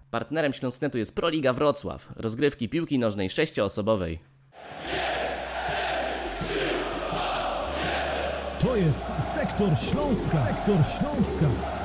Partnerem Śląsknetu jest Proliga Wrocław, rozgrywki piłki nożnej 6-osobowej. To jest Sektor Śląska. Sektor Śląska.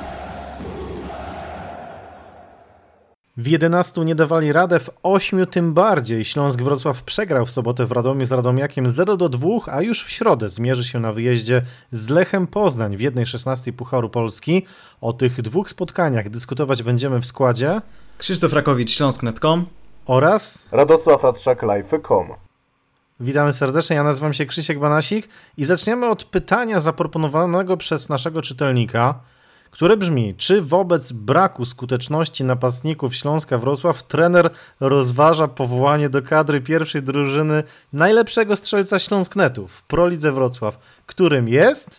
W 11 nie dawali radę, w 8 tym bardziej. Śląsk Wrocław przegrał w sobotę w Radomiu z Radomiakiem 0-2, a już w środę zmierzy się na wyjeździe z Lechem Poznań w 1/16 Pucharu Polski. O tych dwóch spotkaniach dyskutować będziemy w składzie Krzysztof Rakowicz, Śląsknet.com oraz Radosław Radczak, Live.com. Witamy serdecznie, ja nazywam się Krzysiek Banasik i zaczniemy od pytania zaproponowanego przez naszego czytelnika, które brzmi: czy wobec braku skuteczności napastników Śląska Wrocław trener rozważa powołanie do kadry pierwszej drużyny najlepszego strzelca Śląsknetu w Prolidze Wrocław, którym jest,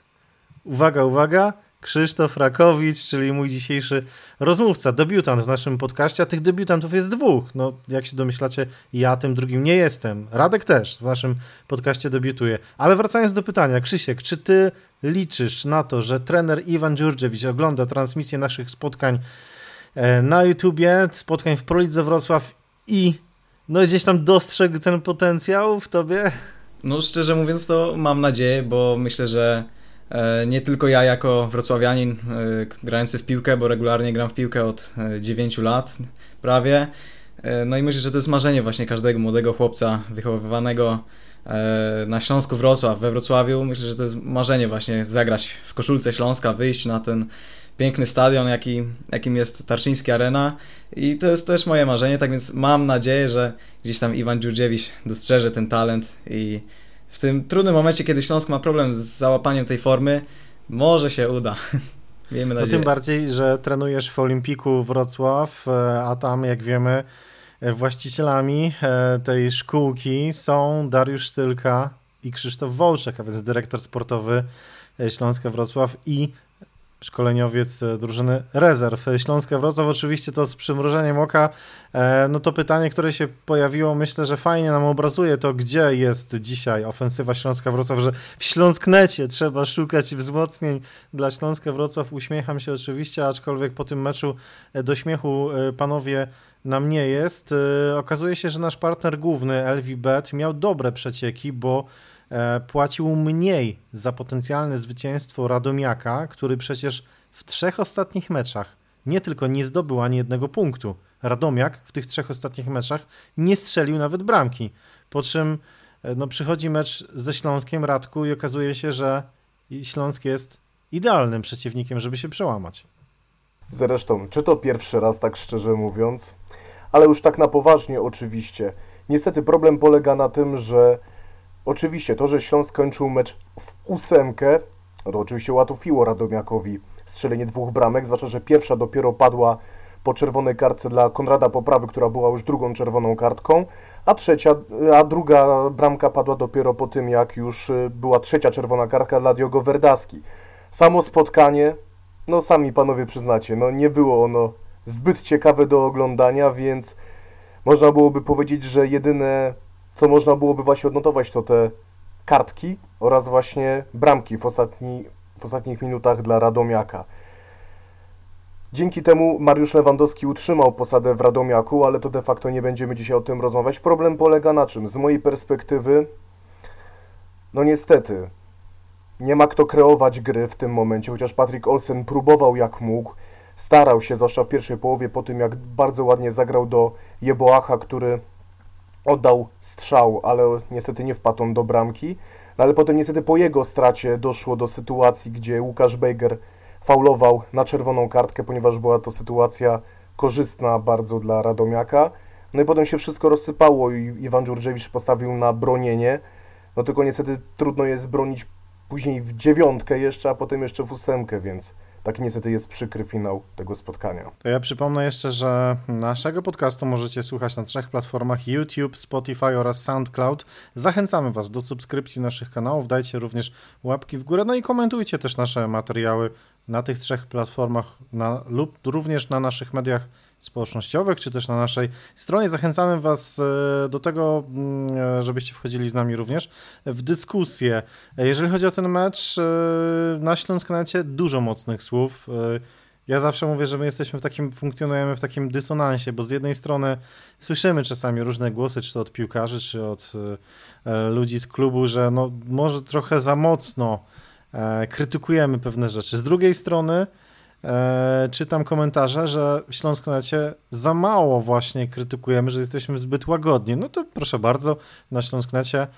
uwaga, Krzysztof Rakowicz, czyli mój dzisiejszy rozmówca, debiutant w naszym podcaście, a tych debiutantów jest dwóch. No, jak się domyślacie, ja tym drugim nie jestem. Radek też w naszym podcaście debiutuje. Ale wracając do pytania, Krzysiek, czy ty liczysz na to, że trener Iwan Dżurdżewicz ogląda transmisję naszych spotkań na YouTubie, spotkań w Prolidze Wrocław i gdzieś tam dostrzegł ten potencjał w tobie? No szczerze mówiąc to mam nadzieję, bo myślę, że nie tylko ja jako wrocławianin grający w piłkę, bo regularnie gram w piłkę od 9 lat prawie. No i myślę, że to jest marzenie właśnie każdego młodego chłopca wychowywanego na Śląsku Wrocław, we Wrocławiu. Myślę, że to jest marzenie właśnie zagrać w koszulce Śląska, wyjść na ten piękny stadion, jakim jest Tarczyński Arena, i to jest też moje marzenie, tak więc mam nadzieję, że gdzieś tam Iwan Dżurdżewicz dostrzeże ten talent i w tym trudnym momencie, kiedy Śląsk ma problem z załapaniem tej formy, może się uda. Miejmy nadzieję. No tym bardziej, że trenujesz w Olimpiku Wrocław, a tam, jak wiemy, właścicielami tej szkółki są Dariusz Sztylka i Krzysztof Wołczek, a więc dyrektor sportowy Śląska Wrocław i szkoleniowiec drużyny rezerw Śląska Wrocław. Oczywiście to z przymrużeniem oka. No to pytanie, które się pojawiło, myślę, że fajnie nam obrazuje to, gdzie jest dzisiaj ofensywa Śląska Wrocław, że w Śląsknecie trzeba szukać wzmocnień dla Śląska Wrocław. Uśmiecham się oczywiście, aczkolwiek po tym meczu do śmiechu, panowie, nam nie jest. Okazuje się, że nasz partner główny LVBet miał dobre przecieki, bo płacił mniej za potencjalne zwycięstwo Radomiaka, który przecież w 3 ostatnich meczach nie tylko nie zdobył ani jednego punktu. Radomiak w tych 3 ostatnich meczach nie strzelił nawet bramki. Po czym przychodzi mecz ze Śląskiem, Radku, i okazuje się, że Śląsk jest idealnym przeciwnikiem, żeby się przełamać. Zresztą, czy to pierwszy raz, tak szczerze mówiąc, ale już tak na poważnie oczywiście. Niestety problem polega na tym, że oczywiście to, że Śląsk kończył mecz w 8, no to oczywiście ułatwiło Radomiakowi strzelenie 2 bramek, zwłaszcza, że pierwsza dopiero padła po czerwonej kartce dla Konrada Poprawy, która była już drugą czerwoną kartką, a druga bramka padła dopiero po tym, jak już była 3. czerwona kartka dla Diogo Verdaski. Samo spotkanie, no sami panowie przyznacie, no nie było ono zbyt ciekawe do oglądania, więc można byłoby powiedzieć, że jedyne, co można byłoby właśnie odnotować, to te kartki oraz właśnie bramki w ostatnich minutach dla Radomiaka. Dzięki temu Mariusz Lewandowski utrzymał posadę w Radomiaku, ale to de facto nie będziemy dzisiaj o tym rozmawiać. Problem polega na czym? Z mojej perspektywy, no niestety, nie ma kto kreować gry w tym momencie, chociaż Patryk Olsen próbował jak mógł, starał się, zwłaszcza w pierwszej połowie, po tym jak bardzo ładnie zagrał do Jeboacha, który oddał strzał, ale niestety nie wpadł on do bramki. No ale potem niestety po jego stracie doszło do sytuacji, gdzie Łukasz Bejger faulował na czerwoną kartkę, ponieważ była to sytuacja korzystna bardzo dla Radomiaka. No i potem się wszystko rozsypało i Iwan Dżurdżewicz postawił na bronienie. No tylko niestety trudno jest bronić później w 9 jeszcze, a potem jeszcze w 8, więc taki niestety jest przykry finał tego spotkania. To ja przypomnę jeszcze, że naszego podcastu możecie słuchać na 3 platformach: YouTube, Spotify oraz SoundCloud. Zachęcamy Was do subskrypcji naszych kanałów, dajcie również łapki w górę, no i komentujcie też nasze materiały na tych 3 platformach lub również na naszych mediach społecznościowych, czy też na naszej stronie. Zachęcamy Was do tego, żebyście wchodzili z nami również w dyskusję. Jeżeli chodzi o ten mecz, na Śląsknecie dużo mocnych słów. Ja zawsze mówię, że my funkcjonujemy w takim dysonansie, bo z jednej strony słyszymy czasami różne głosy, czy to od piłkarzy, czy od ludzi z klubu, że no może trochę za mocno krytykujemy pewne rzeczy. Z drugiej strony czytam komentarze, że w Śląsknecie za mało właśnie krytykujemy, że jesteśmy zbyt łagodni. No to proszę bardzo, na Śląsknecie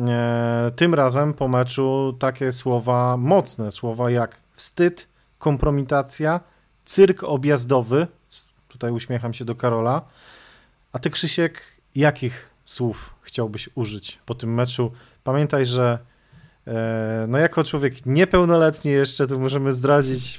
tym razem po meczu takie słowa, mocne słowa jak wstyd, kompromitacja, cyrk objazdowy, tutaj uśmiecham się do Karola. A ty, Krzysiek, jakich słów chciałbyś użyć po tym meczu? Pamiętaj, że no jako człowiek niepełnoletni jeszcze, tu możemy zdradzić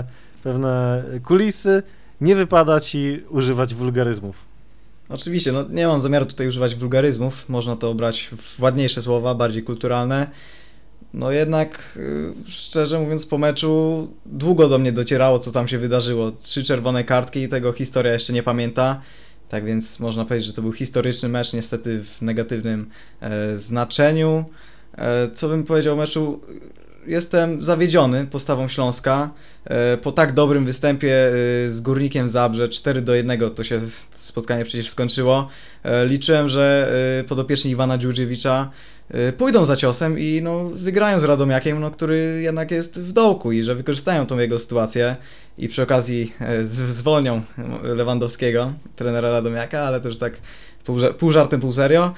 pewne kulisy, nie wypada ci używać wulgaryzmów. Oczywiście, no nie mam zamiaru tutaj używać wulgaryzmów, można to obrać w ładniejsze słowa, bardziej kulturalne. No jednak, szczerze mówiąc, po meczu długo do mnie docierało, co tam się wydarzyło. 3 czerwone kartki i tego historia jeszcze nie pamięta. Tak więc można powiedzieć, że to był historyczny mecz, niestety w negatywnym znaczeniu. Co bym powiedział o meczu? Jestem zawiedziony postawą Śląska. Po tak dobrym występie z Górnikiem Zabrze 4-1 to się spotkanie przecież skończyło. Liczyłem, że podopieczni Iwana Dziurdziewicza pójdą za ciosem i no, wygrają z Radomiakiem, no, który jednak jest w dołku i że wykorzystają tą jego sytuację i przy okazji zwolnią Lewandowskiego, trenera Radomiaka, ale też tak pół żartem, pół serio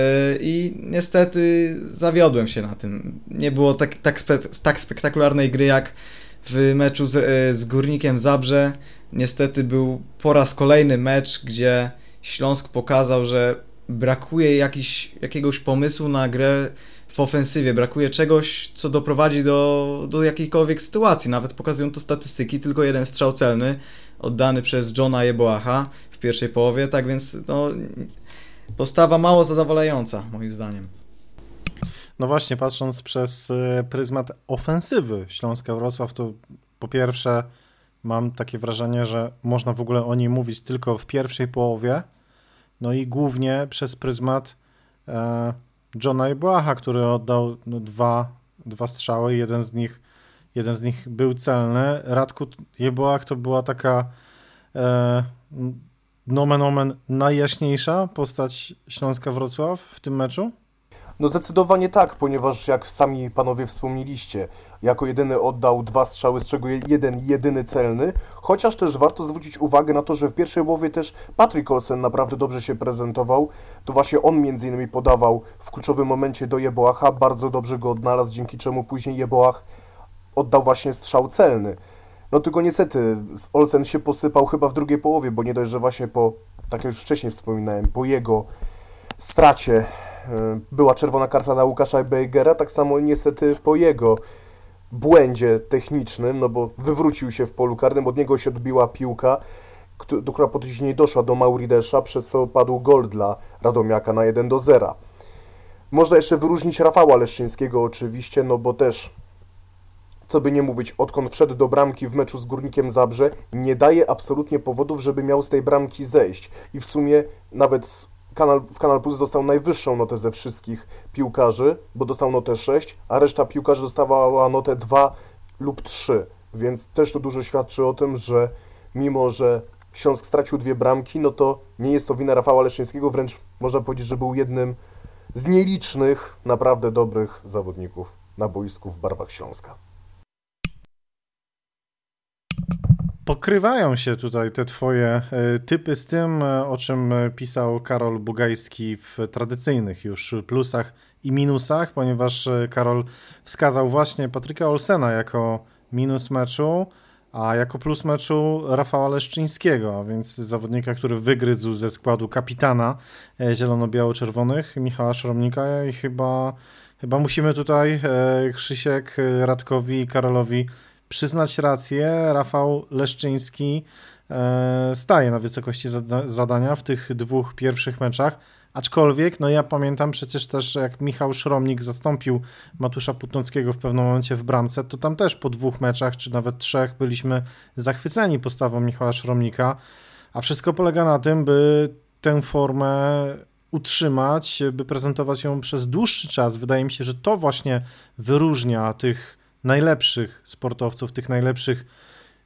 i niestety zawiodłem się na tym. Nie było tak spektakularnej gry jak w meczu z Górnikiem Zabrze. Niestety był po raz kolejny mecz, gdzie Śląsk pokazał, że brakuje jakiegoś pomysłu na grę w ofensywie, brakuje czegoś, co doprowadzi do jakiejkolwiek sytuacji. Nawet pokazują to statystyki, tylko jeden strzał celny oddany przez Johna Jeboacha w pierwszej połowie, tak więc no, postawa mało zadowalająca moim zdaniem. No właśnie, patrząc przez pryzmat ofensywy Śląska Wrocław, to po pierwsze mam takie wrażenie, że można w ogóle o niej mówić tylko w pierwszej połowie, no i głównie przez pryzmat Johna Jeboacha, który oddał dwa strzały, jeden z nich był celny. Radku, Jeboach to była taka nomen omen najjaśniejsza postać Śląska Wrocław w tym meczu? No zdecydowanie tak, ponieważ jak sami panowie wspomnieliście, jako jedyny oddał 2 strzały, z czego jeden jedyny celny, chociaż też warto zwrócić uwagę na to, że w pierwszej połowie też Patryk Olsen naprawdę dobrze się prezentował, to właśnie on między innymi podawał w kluczowym momencie do Jeboacha, bardzo dobrze go odnalazł, dzięki czemu później Jeboach oddał właśnie strzał celny. No tylko niestety Olsen się posypał chyba w drugiej połowie, bo nie dość, że właśnie tak jak już wcześniej wspominałem, po jego stracie była czerwona karta dla Łukasza Bejgera, tak samo niestety po jego błędzie technicznym, no bo wywrócił się w polu karnym, od niego się odbiła piłka, która później doszła do Mauridesza, przez co padł gol dla Radomiaka na 1-0. Można jeszcze wyróżnić Rafała Leszczyńskiego oczywiście, no bo też, co by nie mówić, odkąd wszedł do bramki w meczu z Górnikiem Zabrze, nie daje absolutnie powodów, żeby miał z tej bramki zejść. I w sumie nawet w Kanal Plus dostał najwyższą notę ze wszystkich piłkarzy, bo dostał notę 6, a reszta piłkarzy dostawała notę 2 lub 3. Więc też to dużo świadczy o tym, że mimo, że Śląsk stracił 2 bramki, no to nie jest to wina Rafała Leszczyńskiego, wręcz można powiedzieć, że był jednym z nielicznych, naprawdę dobrych zawodników na boisku w barwach Śląska. Pokrywają się tutaj te twoje typy z tym, o czym pisał Karol Bugajski w tradycyjnych już plusach i minusach, ponieważ Karol wskazał właśnie Patryka Olsena jako minus meczu, a jako plus meczu Rafała Leszczyńskiego, a więc zawodnika, który wygryzł ze składu kapitana zielono-biało-czerwonych, Michała Szromnika i chyba musimy tutaj Krzysiek, Radkowi i Karolowi przyznać rację, Rafał Leszczyński staje na wysokości zadania w tych 2 pierwszych meczach, aczkolwiek no ja pamiętam przecież też, jak Michał Szromnik zastąpił Matusza Putnockiego w pewnym momencie w bramce, to tam też po 2 meczach, czy nawet 3 byliśmy zachwyceni postawą Michała Szromnika, a wszystko polega na tym, by tę formę utrzymać, by prezentować ją przez dłuższy czas. Wydaje mi się, że to właśnie wyróżnia tych najlepszych sportowców, tych najlepszych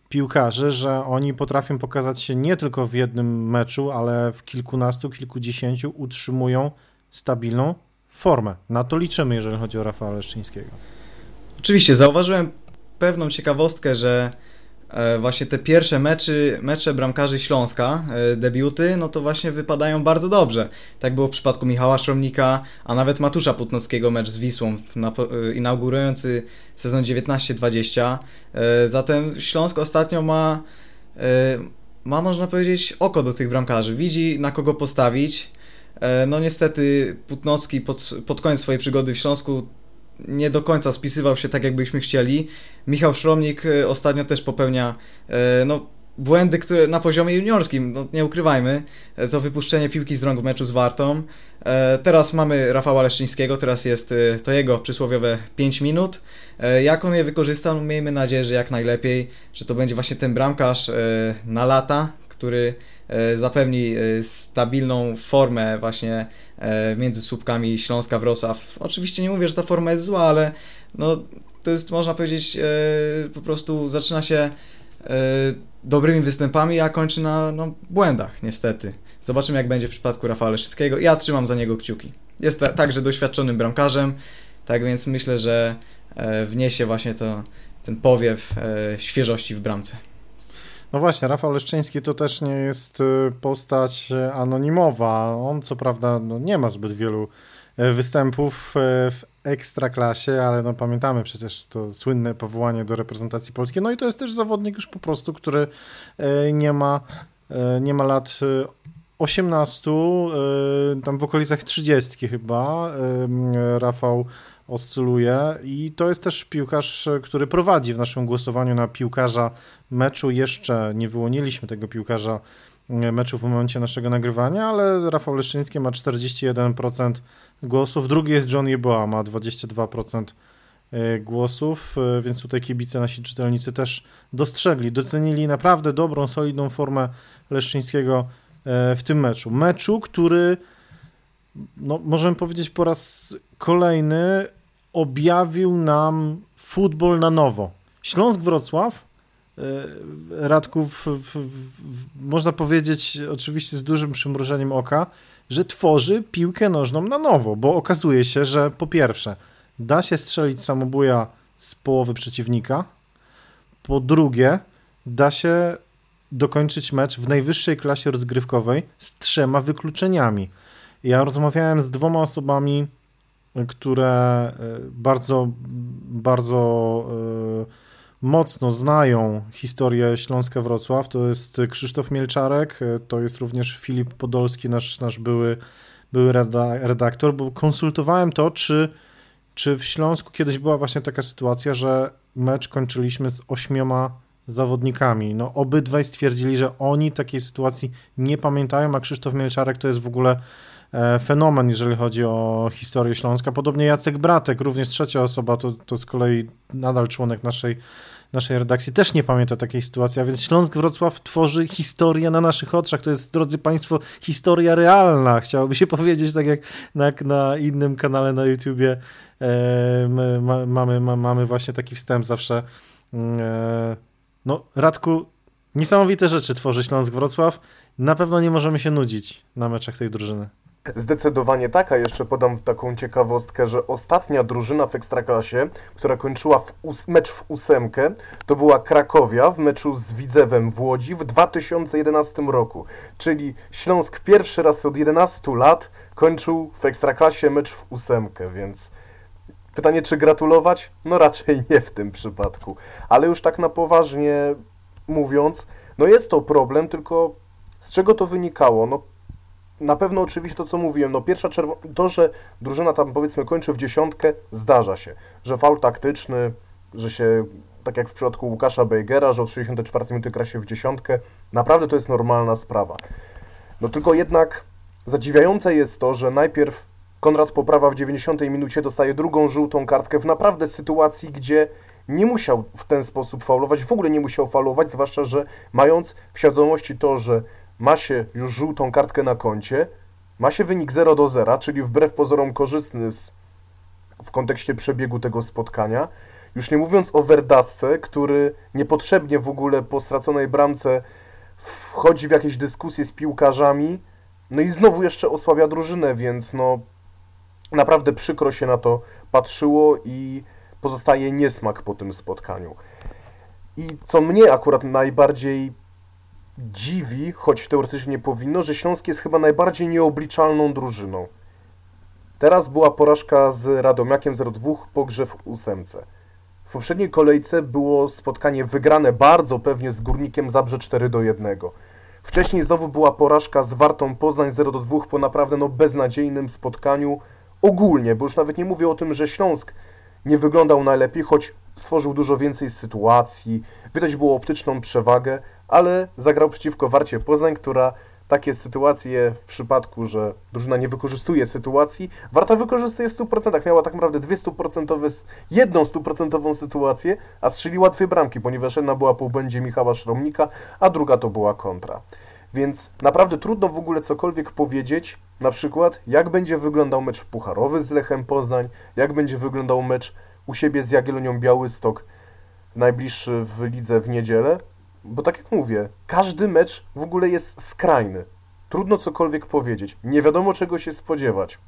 piłkarzy, że oni potrafią pokazać się nie tylko w jednym meczu, ale w kilkunastu, kilkudziesięciu utrzymują stabilną formę. Na to liczymy, jeżeli chodzi o Rafała Leszczyńskiego. Oczywiście, zauważyłem pewną ciekawostkę, że właśnie te pierwsze mecze bramkarzy Śląska, debiuty, no to właśnie wypadają bardzo dobrze. Tak było w przypadku Michała Szromnika, a nawet Matusza Putnowskiego, mecz z Wisłą inaugurujący sezon 19-20. Zatem Śląsk ostatnio ma, można powiedzieć, oko do tych bramkarzy. Widzi, na kogo postawić. No niestety Putnowski pod koniec swojej przygody w Śląsku nie do końca spisywał się tak, jakbyśmy chcieli. Michał Szromnik ostatnio też popełnia błędy, które na poziomie juniorskim, nie ukrywajmy, to wypuszczenie piłki z rąk w meczu z Wartą. Teraz mamy Rafała Leszczyńskiego, teraz jest to jego przysłowiowe 5 minut. Jak on je wykorzysta, miejmy nadzieję, że jak najlepiej, że to będzie właśnie ten bramkarz na lata, który zapewni stabilną formę właśnie między słupkami Śląska-Wrocław. Oczywiście nie mówię, że ta forma jest zła, ale to jest, można powiedzieć, po prostu zaczyna się dobrymi występami, a kończy na błędach, niestety. Zobaczymy, jak będzie w przypadku Rafała Leszczyńskiego. Ja trzymam za niego kciuki. Jest także doświadczonym bramkarzem, tak więc myślę, że wniesie właśnie ten powiew świeżości w bramce. No właśnie, Rafał Leszczyński to też nie jest postać anonimowa. On co prawda nie ma zbyt wielu występów w Ekstraklasie, ale pamiętamy przecież to słynne powołanie do reprezentacji polskiej. No i to jest też zawodnik już po prostu, który nie ma lat 18, tam w okolicach 30 chyba Rafał oscyluje i to jest też piłkarz, który prowadzi w naszym głosowaniu na piłkarza meczu. Jeszcze nie wyłoniliśmy tego piłkarza meczu w momencie naszego nagrywania, ale Rafał Leszczyński ma 41% głosów. Drugi jest John Yeboah, ma 22% głosów, więc tutaj kibice, nasi czytelnicy też dostrzegli, docenili naprawdę dobrą, solidną formę Leszczyńskiego w tym meczu. Meczu, który możemy powiedzieć po raz kolejny objawił nam futbol na nowo. Śląsk Wrocław, Radku, można powiedzieć oczywiście z dużym przymrużeniem oka, że tworzy piłkę nożną na nowo, bo okazuje się, że po pierwsze da się strzelić samobuja z połowy przeciwnika, po drugie da się dokończyć mecz w najwyższej klasie rozgrywkowej z 3 wykluczeniami. Ja rozmawiałem z 2 osobami, które bardzo, bardzo mocno znają historię Śląska Wrocław. To jest Krzysztof Mielczarek, to jest również Filip Podolski, nasz były redaktor, bo konsultowałem to, czy w Śląsku kiedyś była właśnie taka sytuacja, że mecz kończyliśmy z 8 zawodnikami. Obydwaj stwierdzili, że oni takiej sytuacji nie pamiętają, a Krzysztof Mielczarek to jest w ogóle fenomen, jeżeli chodzi o historię Śląska. Podobnie Jacek Bratek, również 3 osoba, to z kolei nadal członek naszej redakcji, też nie pamięta takiej sytuacji, a więc Śląsk Wrocław tworzy historię na naszych oczach. To jest, drodzy Państwo, historia realna. Chciałoby się powiedzieć, tak jak na innym kanale na YouTubie mamy właśnie taki wstęp zawsze. Radku, niesamowite rzeczy tworzy Śląsk Wrocław. Na pewno nie możemy się nudzić na meczach tej drużyny. Zdecydowanie tak, a jeszcze podam taką ciekawostkę, że ostatnia drużyna w Ekstraklasie, która kończyła mecz w 8, to była Krakowia w meczu z Widzewem w Łodzi w 2011 roku. Czyli Śląsk pierwszy raz od 11 lat kończył w Ekstraklasie mecz w 8, więc pytanie, czy gratulować? Raczej nie w tym przypadku. Ale już tak na poważnie mówiąc, jest to problem, tylko z czego to wynikało? Na pewno oczywiście to, co mówiłem, pierwsza to, że drużyna tam powiedzmy kończy w 10, zdarza się, że faul taktyczny, że się, tak jak w przypadku Łukasza Bejgera, że od 64 minuty gra się w 10, naprawdę to jest normalna sprawa. Tylko jednak zadziwiające jest to, że najpierw Konrad Poprawa w 90 minucie dostaje drugą żółtą kartkę w naprawdę sytuacji, gdzie nie musiał w ten sposób faulować, w ogóle nie musiał faulować, zwłaszcza, że mając w świadomości to, że ma się już żółtą kartkę na koncie, ma się wynik 0-0, czyli wbrew pozorom korzystny w kontekście przebiegu tego spotkania. Już nie mówiąc o Verdasce, który niepotrzebnie w ogóle po straconej bramce wchodzi w jakieś dyskusje z piłkarzami, no i znowu jeszcze osłabia drużynę, więc no naprawdę przykro się na to patrzyło i pozostaje niesmak po tym spotkaniu. I co mnie akurat najbardziej dziwi, choć teoretycznie nie powinno, że Śląsk jest chyba najbardziej nieobliczalną drużyną. Teraz była porażka z Radomiakiem 0-2 po grze w 8. W poprzedniej kolejce było spotkanie wygrane bardzo pewnie z Górnikiem Zabrze 4-1. Wcześniej znowu była porażka z Wartą Poznań 0-2 po naprawdę beznadziejnym spotkaniu ogólnie, bo już nawet nie mówię o tym, że Śląsk nie wyglądał najlepiej, choć stworzył dużo więcej sytuacji, widać było optyczną przewagę, ale zagrał przeciwko Warcie Poznań, która takie sytuacje w przypadku, że drużyna nie wykorzystuje sytuacji, Warta wykorzystuje w 100%. Miała tak naprawdę jedną 100% sytuację, a strzeliła 2 bramki, ponieważ jedna była po błędzie Michała Szromnika, a druga to była kontra. Więc naprawdę trudno w ogóle cokolwiek powiedzieć, na przykład jak będzie wyglądał mecz pucharowy z Lechem Poznań, jak będzie wyglądał mecz u siebie z Jagiellonią Białystok najbliższy w lidze w niedzielę, bo tak jak mówię, każdy mecz w ogóle jest skrajny. Trudno cokolwiek powiedzieć, nie wiadomo czego się spodziewać.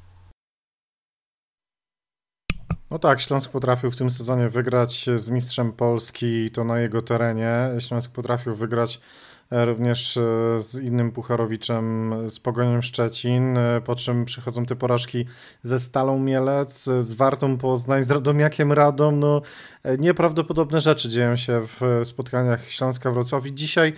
No tak, Śląsk potrafił w tym sezonie wygrać z mistrzem Polski, to na jego terenie. Śląsk potrafił wygrać również z innym pucharowiczem, z Pogonią Szczecin, po czym przychodzą te porażki ze Stalą Mielec, z Wartą Poznań, z Radomiakiem Radom. No, nieprawdopodobne rzeczy dzieją się w spotkaniach Śląska Wrocław. I dzisiaj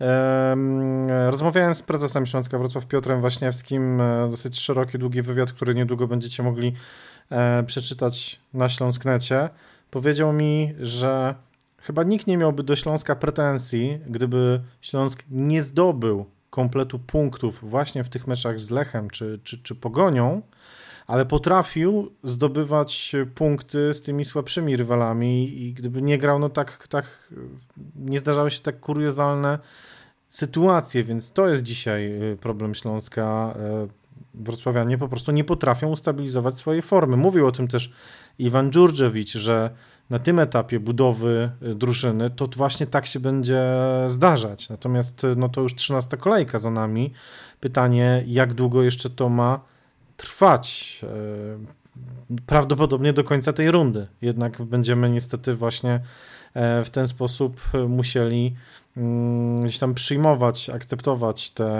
rozmawiałem z prezesem Śląska Wrocław, Piotrem Waśniewskim, dosyć szeroki, długi wywiad, który niedługo będziecie mogli przeczytać na Śląsknecie. Powiedział mi, że chyba nikt nie miałby do Śląska pretensji, gdyby Śląsk nie zdobył kompletu punktów właśnie w tych meczach z Lechem czy Pogonią, ale potrafił zdobywać punkty z tymi słabszymi rywalami i gdyby nie grał, no tak nie zdarzały się tak kuriozalne sytuacje, więc to jest dzisiaj problem Śląska. Wrocławianie po prostu nie potrafią ustabilizować swojej formy. Mówił o tym też Iwan Dżurdżewicz, że na tym etapie budowy drużyny to właśnie tak się będzie zdarzać. Natomiast no to już 13. kolejka za nami. Pytanie, jak długo jeszcze to ma trwać? Prawdopodobnie do końca tej rundy. Jednak będziemy niestety właśnie w ten sposób musieli gdzieś tam przyjmować, akceptować te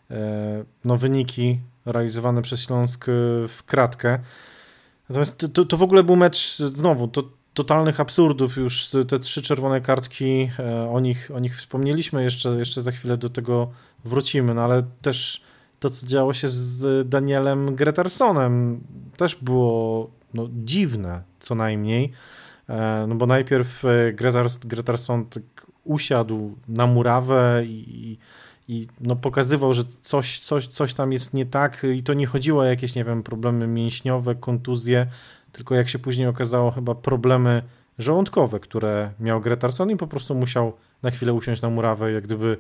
wyniki realizowane przez Śląsk w kratkę. Natomiast to w ogóle był mecz znowu totalnych absurdów, już te 3 czerwone kartki, o nich wspomnieliśmy, jeszcze za chwilę do tego wrócimy, no ale też to, co działo się z Danielem Gretarsonem, też było dziwne co najmniej, no bo najpierw Gretarson tak usiadł na murawę i pokazywał, że coś tam jest nie tak i to nie chodziło o jakieś, nie wiem, problemy mięśniowe, kontuzje, tylko jak się później okazało, chyba problemy żołądkowe, które miał Gretarson i po prostu musiał na chwilę usiąść na murawę, jak gdyby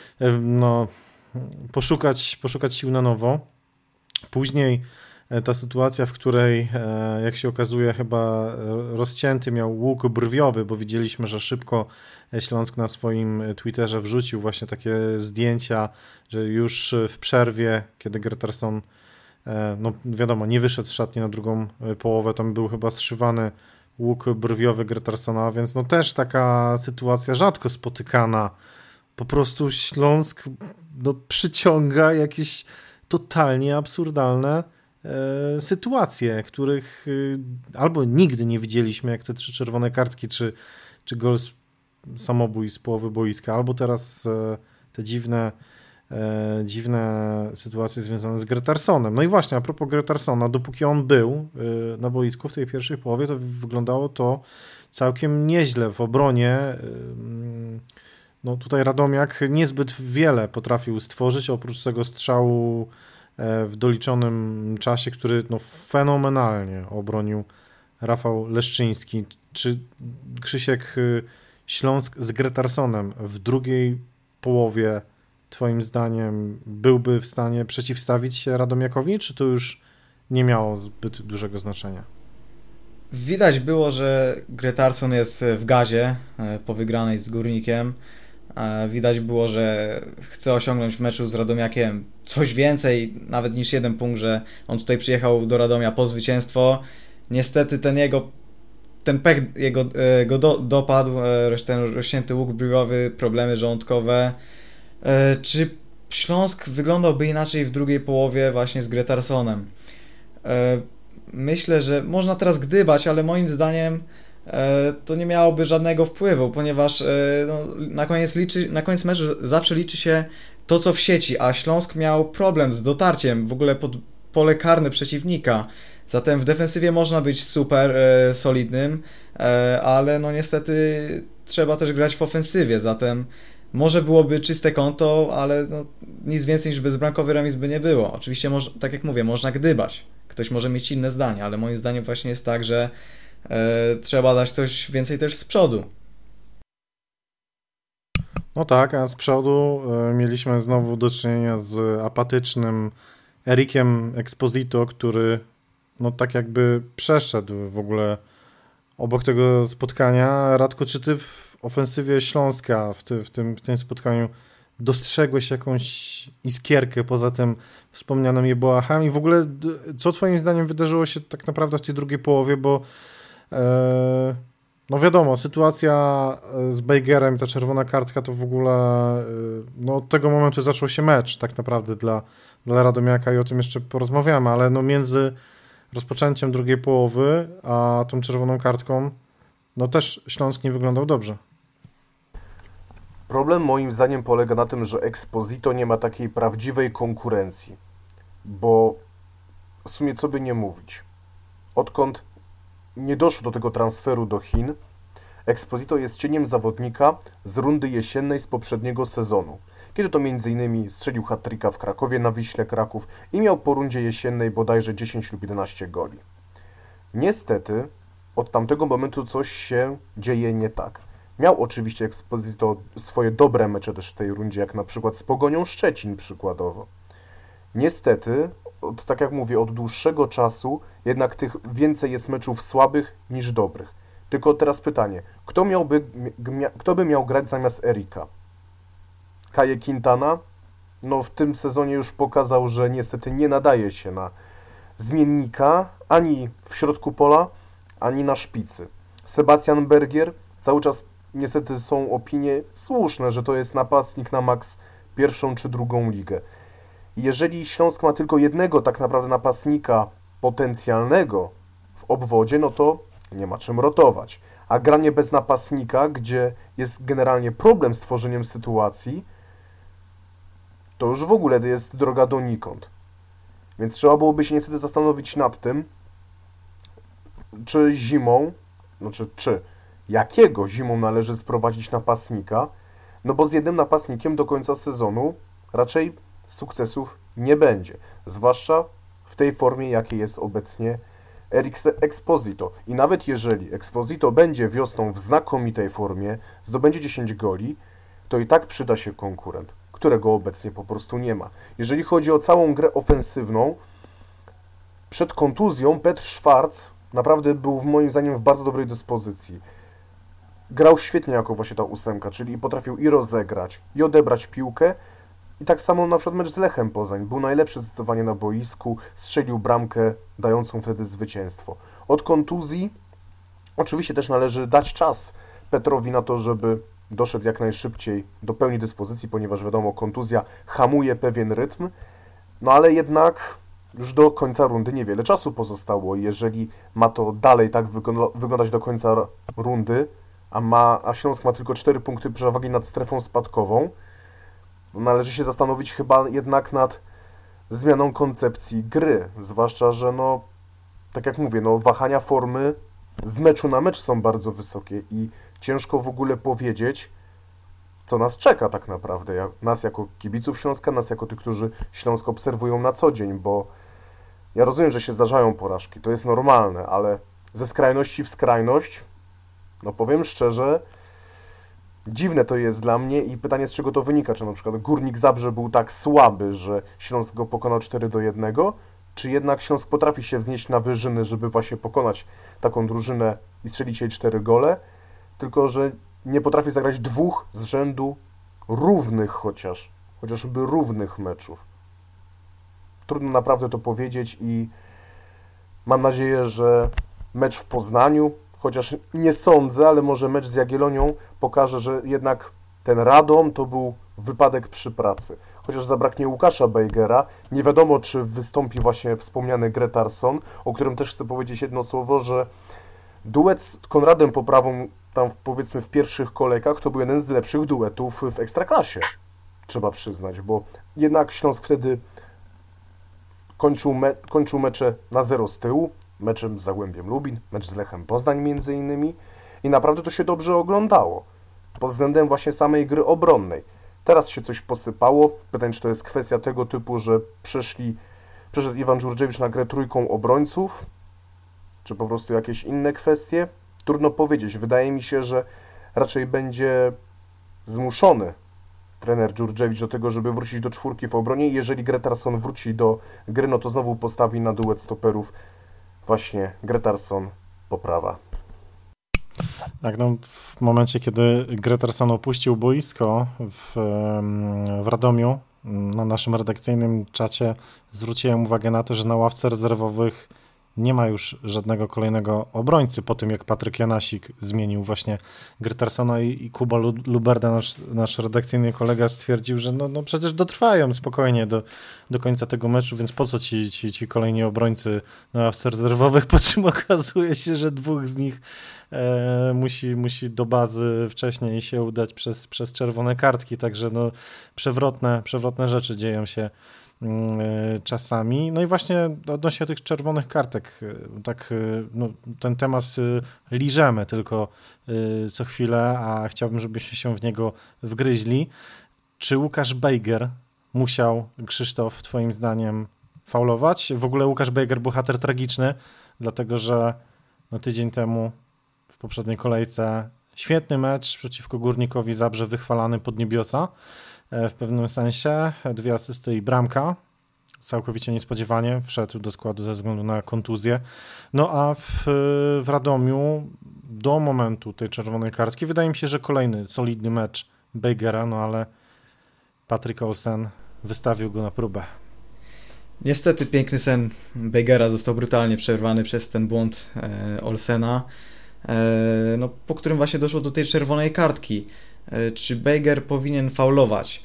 poszukać sił na nowo. Później ta sytuacja, w której, jak się okazuje, chyba rozcięty miał łuk brwiowy, bo widzieliśmy, że szybko Śląsk na swoim Twitterze wrzucił właśnie takie zdjęcia, że już w przerwie, kiedy Gretarson wiadomo, nie wyszedł z szatni na drugą połowę, tam był chyba zszywany łuk brwiowy Gretarsona, więc też taka sytuacja rzadko spotykana. Po prostu Śląsk przyciąga jakieś totalnie absurdalne sytuacje, których albo nigdy nie widzieliśmy, jak te 3 czerwone kartki, czy gol samobój z połowy boiska, albo teraz te dziwne sytuacje związane z Gretarsonem. No i właśnie, a propos Gretarsona, dopóki on był na boisku w tej pierwszej połowie, to wyglądało to całkiem nieźle w obronie. Tutaj Radomiak niezbyt wiele potrafił stworzyć, oprócz tego strzału w doliczonym czasie, który fenomenalnie obronił Rafał Leszczyński. Czy Krzysiek, Śląsk z Gretarsonem w drugiej połowie twoim zdaniem byłby w stanie przeciwstawić się Radomiakowi, czy to już nie miało zbyt dużego znaczenia? Widać było, że Gretarsson jest w gazie po wygranej z Górnikiem. Widać było, że chce osiągnąć w meczu z Radomiakiem coś więcej, nawet niż 1 punkt, że on tutaj przyjechał do Radomia po zwycięstwo. Niestety ten pech go dopadł, ten rozcięty łuk brzuchowy, problemy żołądkowe. Czy Śląsk wyglądałby inaczej w drugiej połowie właśnie z Gretarssonem? Myślę, że można teraz gdybać, ale moim zdaniem to nie miałoby żadnego wpływu, ponieważ na koniec meczu zawsze liczy się to, co w sieci, a Śląsk miał problem z dotarciem w ogóle pod pole karne przeciwnika. Zatem w defensywie można być super solidnym, ale no niestety trzeba też grać w ofensywie, zatem może byłoby czyste konto, ale no, nic więcej niż bezbramkowy remis by nie było. Oczywiście, tak jak mówię, można gdybać. Ktoś może mieć inne zdanie, ale moim zdaniem właśnie jest tak, że trzeba dać coś więcej też z przodu. No tak, a z przodu mieliśmy znowu do czynienia z apatycznym Erikiem Exposito, który no tak jakby przeszedł w ogóle obok tego spotkania. Radku, czy ty w ofensywie Śląska w tym spotkaniu dostrzegłeś jakąś iskierkę poza tym wspomnianym Jeboachem i w ogóle co twoim zdaniem wydarzyło się tak naprawdę w tej drugiej połowie, bo no wiadomo, sytuacja z Bejgerem, ta czerwona kartka to w ogóle no od tego momentu zaczął się mecz tak naprawdę dla Radomiaka i o tym jeszcze porozmawiamy, ale no między rozpoczęciem drugiej połowy a tą czerwoną kartką no też Śląsk nie wyglądał dobrze. Problem moim zdaniem polega na tym, że Exposito nie ma takiej prawdziwej konkurencji, bo w sumie co by nie mówić, odkąd nie doszło do tego transferu do Chin, Exposito jest cieniem zawodnika z rundy jesiennej z poprzedniego sezonu, kiedy to m.in. strzelił hat-tricka w Krakowie na Wiśle Kraków i miał po rundzie jesiennej bodajże 10 lub 11 goli. Niestety od tamtego momentu coś się dzieje nie tak. Miał oczywiście Exposito swoje dobre mecze też w tej rundzie, jak na przykład z Pogonią Szczecin przykładowo. Niestety, tak jak mówię, od dłuższego czasu jednak tych więcej jest meczów słabych niż dobrych. Tylko teraz pytanie, kto by miał grać zamiast Erika? Kaje Quintana? No w tym sezonie już pokazał, że niestety nie nadaje się na zmiennika ani w środku pola, ani na szpicy. Sebastian Bergier, cały czas niestety są opinie słuszne, że to jest napastnik na maks pierwszą czy drugą ligę. Jeżeli Śląsk ma tylko jednego tak naprawdę napastnika potencjalnego w obwodzie, no to nie ma czym rotować. A granie bez napastnika, gdzie jest generalnie problem z tworzeniem sytuacji, to już w ogóle jest droga donikąd. Więc trzeba byłoby się niestety zastanowić nad tym, czy zimą, jakiego zimą należy sprowadzić napastnika, no bo z jednym napastnikiem do końca sezonu raczej sukcesów nie będzie. Zwłaszcza w tej formie, jakiej jest obecnie Erik Exposito. I nawet jeżeli Exposito będzie wiosną w znakomitej formie, zdobędzie 10 goli, to i tak przyda się konkurent, którego obecnie po prostu nie ma. Jeżeli chodzi o całą grę ofensywną, przed kontuzją Petr Schwarz naprawdę był moim zdaniem w bardzo dobrej dyspozycji. Grał świetnie jako właśnie ta ósemka, czyli potrafił i rozegrać, i odebrać piłkę. I tak samo na przykład mecz z Lechem Poznań. Był najlepszy zdecydowanie na boisku, strzelił bramkę dającą wtedy zwycięstwo. Od kontuzji oczywiście też należy dać czas Petrowi na to, żeby doszedł jak najszybciej do pełni dyspozycji, ponieważ wiadomo, kontuzja hamuje pewien rytm, no ale jednak już do końca rundy niewiele czasu pozostało. Jeżeli ma to dalej tak wyglądać do końca rundy, a Śląsk ma tylko 4 punkty przewagi nad strefą spadkową, należy się zastanowić chyba jednak nad zmianą koncepcji gry. Zwłaszcza, że tak jak mówię, wahania formy z meczu na mecz są bardzo wysokie i ciężko w ogóle powiedzieć, co nas czeka tak naprawdę. Nas jako kibiców Śląska, nas jako tych, którzy Śląsk obserwują na co dzień, bo ja rozumiem, że się zdarzają porażki, to jest normalne, ale ze skrajności w skrajność, powiem szczerze, dziwne to jest dla mnie i pytanie, z czego to wynika. Czy na przykład Górnik Zabrze był tak słaby, że Śląsk go pokonał 4-1, czy jednak Śląsk potrafi się wznieść na wyżyny, żeby właśnie pokonać taką drużynę i strzelić jej 4 gole, tylko że nie potrafi zagrać 2 z rzędu równych chociażby równych meczów. Trudno naprawdę to powiedzieć i mam nadzieję, że mecz w Poznaniu, chociaż nie sądzę, ale może mecz z Jagiellonią pokaże, że jednak ten Radom to był wypadek przy pracy. Chociaż zabraknie Łukasza Bejgera, nie wiadomo, czy wystąpi właśnie wspomniany Gretarsson, o którym też chcę powiedzieć jedno słowo, że duet z Konradem Poprawą tam powiedzmy w pierwszych kolejkach to był jeden z lepszych duetów w Ekstraklasie. Trzeba przyznać, bo jednak Śląsk wtedy kończył mecze na 0 z tyłu, meczem z Zagłębiem Lubin, mecz z Lechem Poznań między innymi i naprawdę to się dobrze oglądało pod względem właśnie samej gry obronnej. Teraz się coś posypało, pytanie, czy to jest kwestia tego typu, że przeszedł Iwan Dżurdżewicz na grę trójką obrońców, czy po prostu jakieś inne kwestie? Trudno powiedzieć. Wydaje mi się, że raczej będzie zmuszony trener Dżurdżewicz do tego, żeby wrócić do 4 w obronie i jeżeli Gretarsson wróci do gry, no to znowu postawi na duet stoperów właśnie Gretarsson-Poprawa. Tak, no w momencie, kiedy Gretarsson opuścił boisko w Radomiu, na naszym redakcyjnym czacie zwróciłem uwagę na to, że na ławce rezerwowych nie ma już żadnego kolejnego obrońcy po tym, jak Patryk Janasik zmienił właśnie Gretarsona i Kuba Luberda, nasz redakcyjny kolega, stwierdził, że no przecież dotrwają spokojnie do końca tego meczu, więc po co ci kolejni obrońcy na ławce rezerwowych, po czym okazuje się, że 2 z nich musi do bazy wcześniej się udać przez czerwone kartki, także no przewrotne rzeczy dzieją się czasami. No i właśnie odnośnie tych czerwonych kartek, tak no, ten temat liżemy tylko co chwilę, a chciałbym, żebyśmy się w niego wgryźli. Czy Łukasz Bejger musiał, Krzysztof, twoim zdaniem faulować? W ogóle Łukasz Bejger bohater tragiczny, dlatego że no, tydzień temu w poprzedniej kolejce świetny mecz przeciwko Górnikowi Zabrze, wychwalany pod niebiosa w pewnym sensie, 2 asysty i bramka, całkowicie niespodziewanie wszedł do składu ze względu na kontuzję. No a w Radomiu do momentu tej czerwonej kartki wydaje mi się, że kolejny solidny mecz Bejgera, no ale Patryk Olsen wystawił go na próbę. Niestety piękny sen Bejgera został brutalnie przerwany przez ten błąd Olsena, no, po którym właśnie doszło do tej czerwonej kartki. Czy Bejger powinien faulować?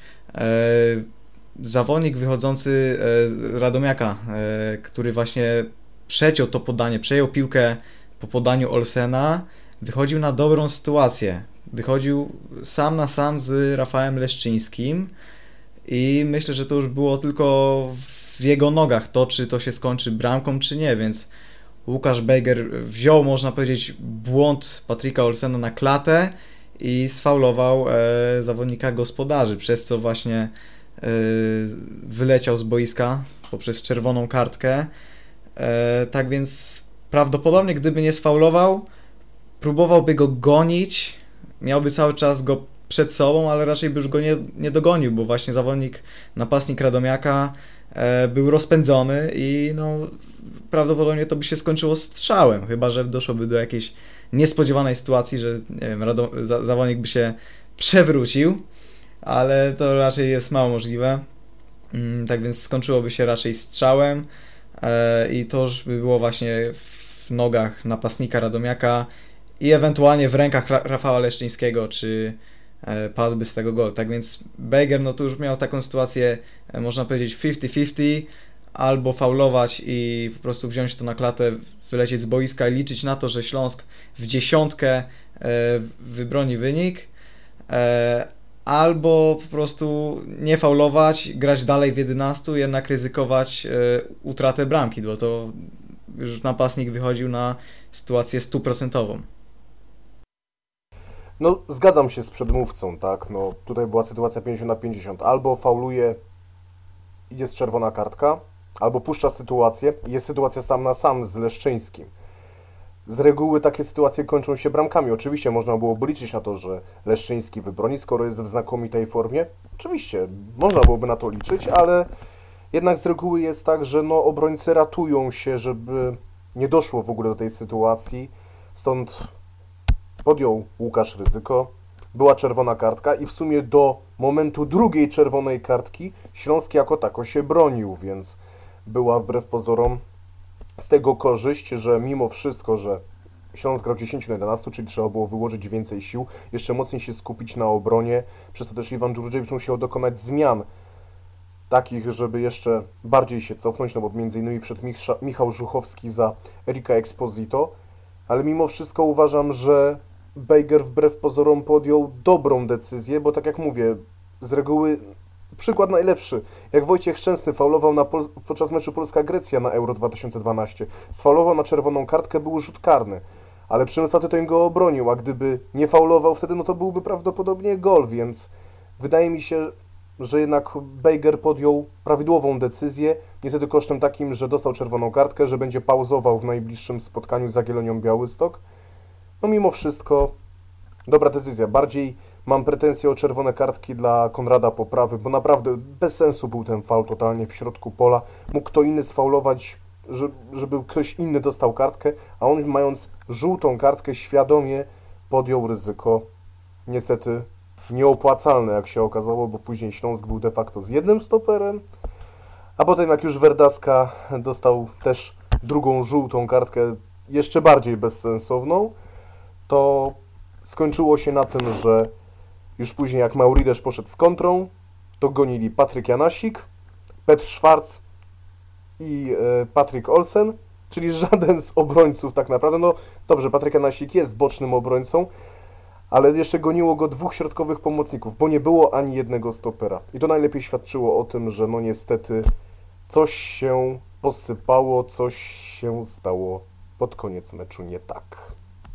Zawodnik wychodzący z Radomiaka, który właśnie przeciął to podanie, przejął piłkę po podaniu Olsena, wychodził na dobrą sytuację. Wychodził sam na sam z Rafałem Leszczyńskim i myślę, że to już było tylko w jego nogach to, czy to się skończy bramką, czy nie, więc Łukasz Bejger wziął, można powiedzieć, błąd Patryka Olsena na klatę i sfaulował zawodnika gospodarzy, przez co właśnie wyleciał z boiska poprzez czerwoną kartkę. Tak więc prawdopodobnie gdyby nie sfaulował, próbowałby go gonić, miałby cały czas go przed sobą, ale raczej by już go nie dogonił, bo właśnie napastnik Radomiaka był rozpędzony i no, prawdopodobnie to by się skończyło strzałem, chyba że doszłoby do jakiejś niespodziewanej sytuacji, że nie wiem, zawodnik by się przewrócił, ale to raczej jest mało możliwe. Tak więc skończyłoby się raczej strzałem i to już by było właśnie w nogach napastnika Radomiaka i ewentualnie w rękach Rafała Leszczyńskiego, czy padłby z tego gol. Tak więc Bejger no to już miał taką sytuację, można powiedzieć 50-50, albo faulować i po prostu wziąć to na klatę, wylecieć z boiska i liczyć na to, że Śląsk w 10 wybroni wynik, albo po prostu nie faulować, grać dalej w 11, jednak ryzykować utratę bramki, bo to już napastnik wychodził na sytuację 100%. No, zgadzam się z przedmówcą, tak, no tutaj była sytuacja 50-50, albo fauluje i jest czerwona kartka, albo puszcza sytuację i jest sytuacja sam na sam z Leszczyńskim. Z reguły takie sytuacje kończą się bramkami. Oczywiście można byłoby liczyć na to, że Leszczyński wybroni, skoro jest w znakomitej formie. Oczywiście, można byłoby na to liczyć, ale Jednak z reguły jest tak, że no, obrońcy ratują się, żeby nie doszło w ogóle do tej sytuacji. Stąd podjął Łukasz ryzyko. Była czerwona kartka i w sumie do momentu drugiej czerwonej kartki Śląsk jako tako się bronił, więc była wbrew pozorom z tego korzyść, że mimo wszystko, że Śląsk grał 10 na 11, czyli trzeba było wyłożyć więcej sił, jeszcze mocniej się skupić na obronie, przez to też Iwan Dżurdżewicz musiał dokonać zmian takich, żeby jeszcze bardziej się cofnąć, no bo między innymi wszedł Michał Żuchowski za Erika Exposito, ale mimo wszystko uważam, że Bejger wbrew pozorom podjął dobrą decyzję, bo tak jak mówię, z reguły przykład najlepszy, jak Wojciech Szczęsny faulował podczas meczu Polska-Grecja na Euro 2012, sfaulował na czerwoną kartkę, był rzut karny, ale Przemysław Tytoń go obronił, a gdyby nie faulował wtedy, no to byłby prawdopodobnie gol, więc wydaje mi się, że jednak Bejger podjął prawidłową decyzję, niestety kosztem takim, że dostał czerwoną kartkę, że będzie pauzował w najbliższym spotkaniu z Jagiellonią Białystok. No mimo wszystko dobra decyzja. Bardziej mam pretensje o czerwone kartki dla Konrada Poprawy, bo naprawdę bez sensu był ten faul totalnie w środku pola. Mógł kto inny sfaulować, żeby ktoś inny dostał kartkę, a on mając żółtą kartkę świadomie podjął ryzyko. Niestety nieopłacalne, jak się okazało, bo później Śląsk był de facto z jednym stoperem, a potem jak już Verdaska dostał też drugą żółtą kartkę, jeszcze bardziej bezsensowną, to skończyło się na tym, że już później jak Maurides poszedł z kontrą, to gonili Patryk Janasik, Petr Schwarz i Patryk Olsen, czyli żaden z obrońców tak naprawdę. No dobrze, Patryk Janasik jest bocznym obrońcą, ale jeszcze goniło go dwóch środkowych pomocników, bo nie było ani jednego stopera. I to najlepiej świadczyło o tym, że no niestety coś się posypało, coś się stało pod koniec meczu nie tak.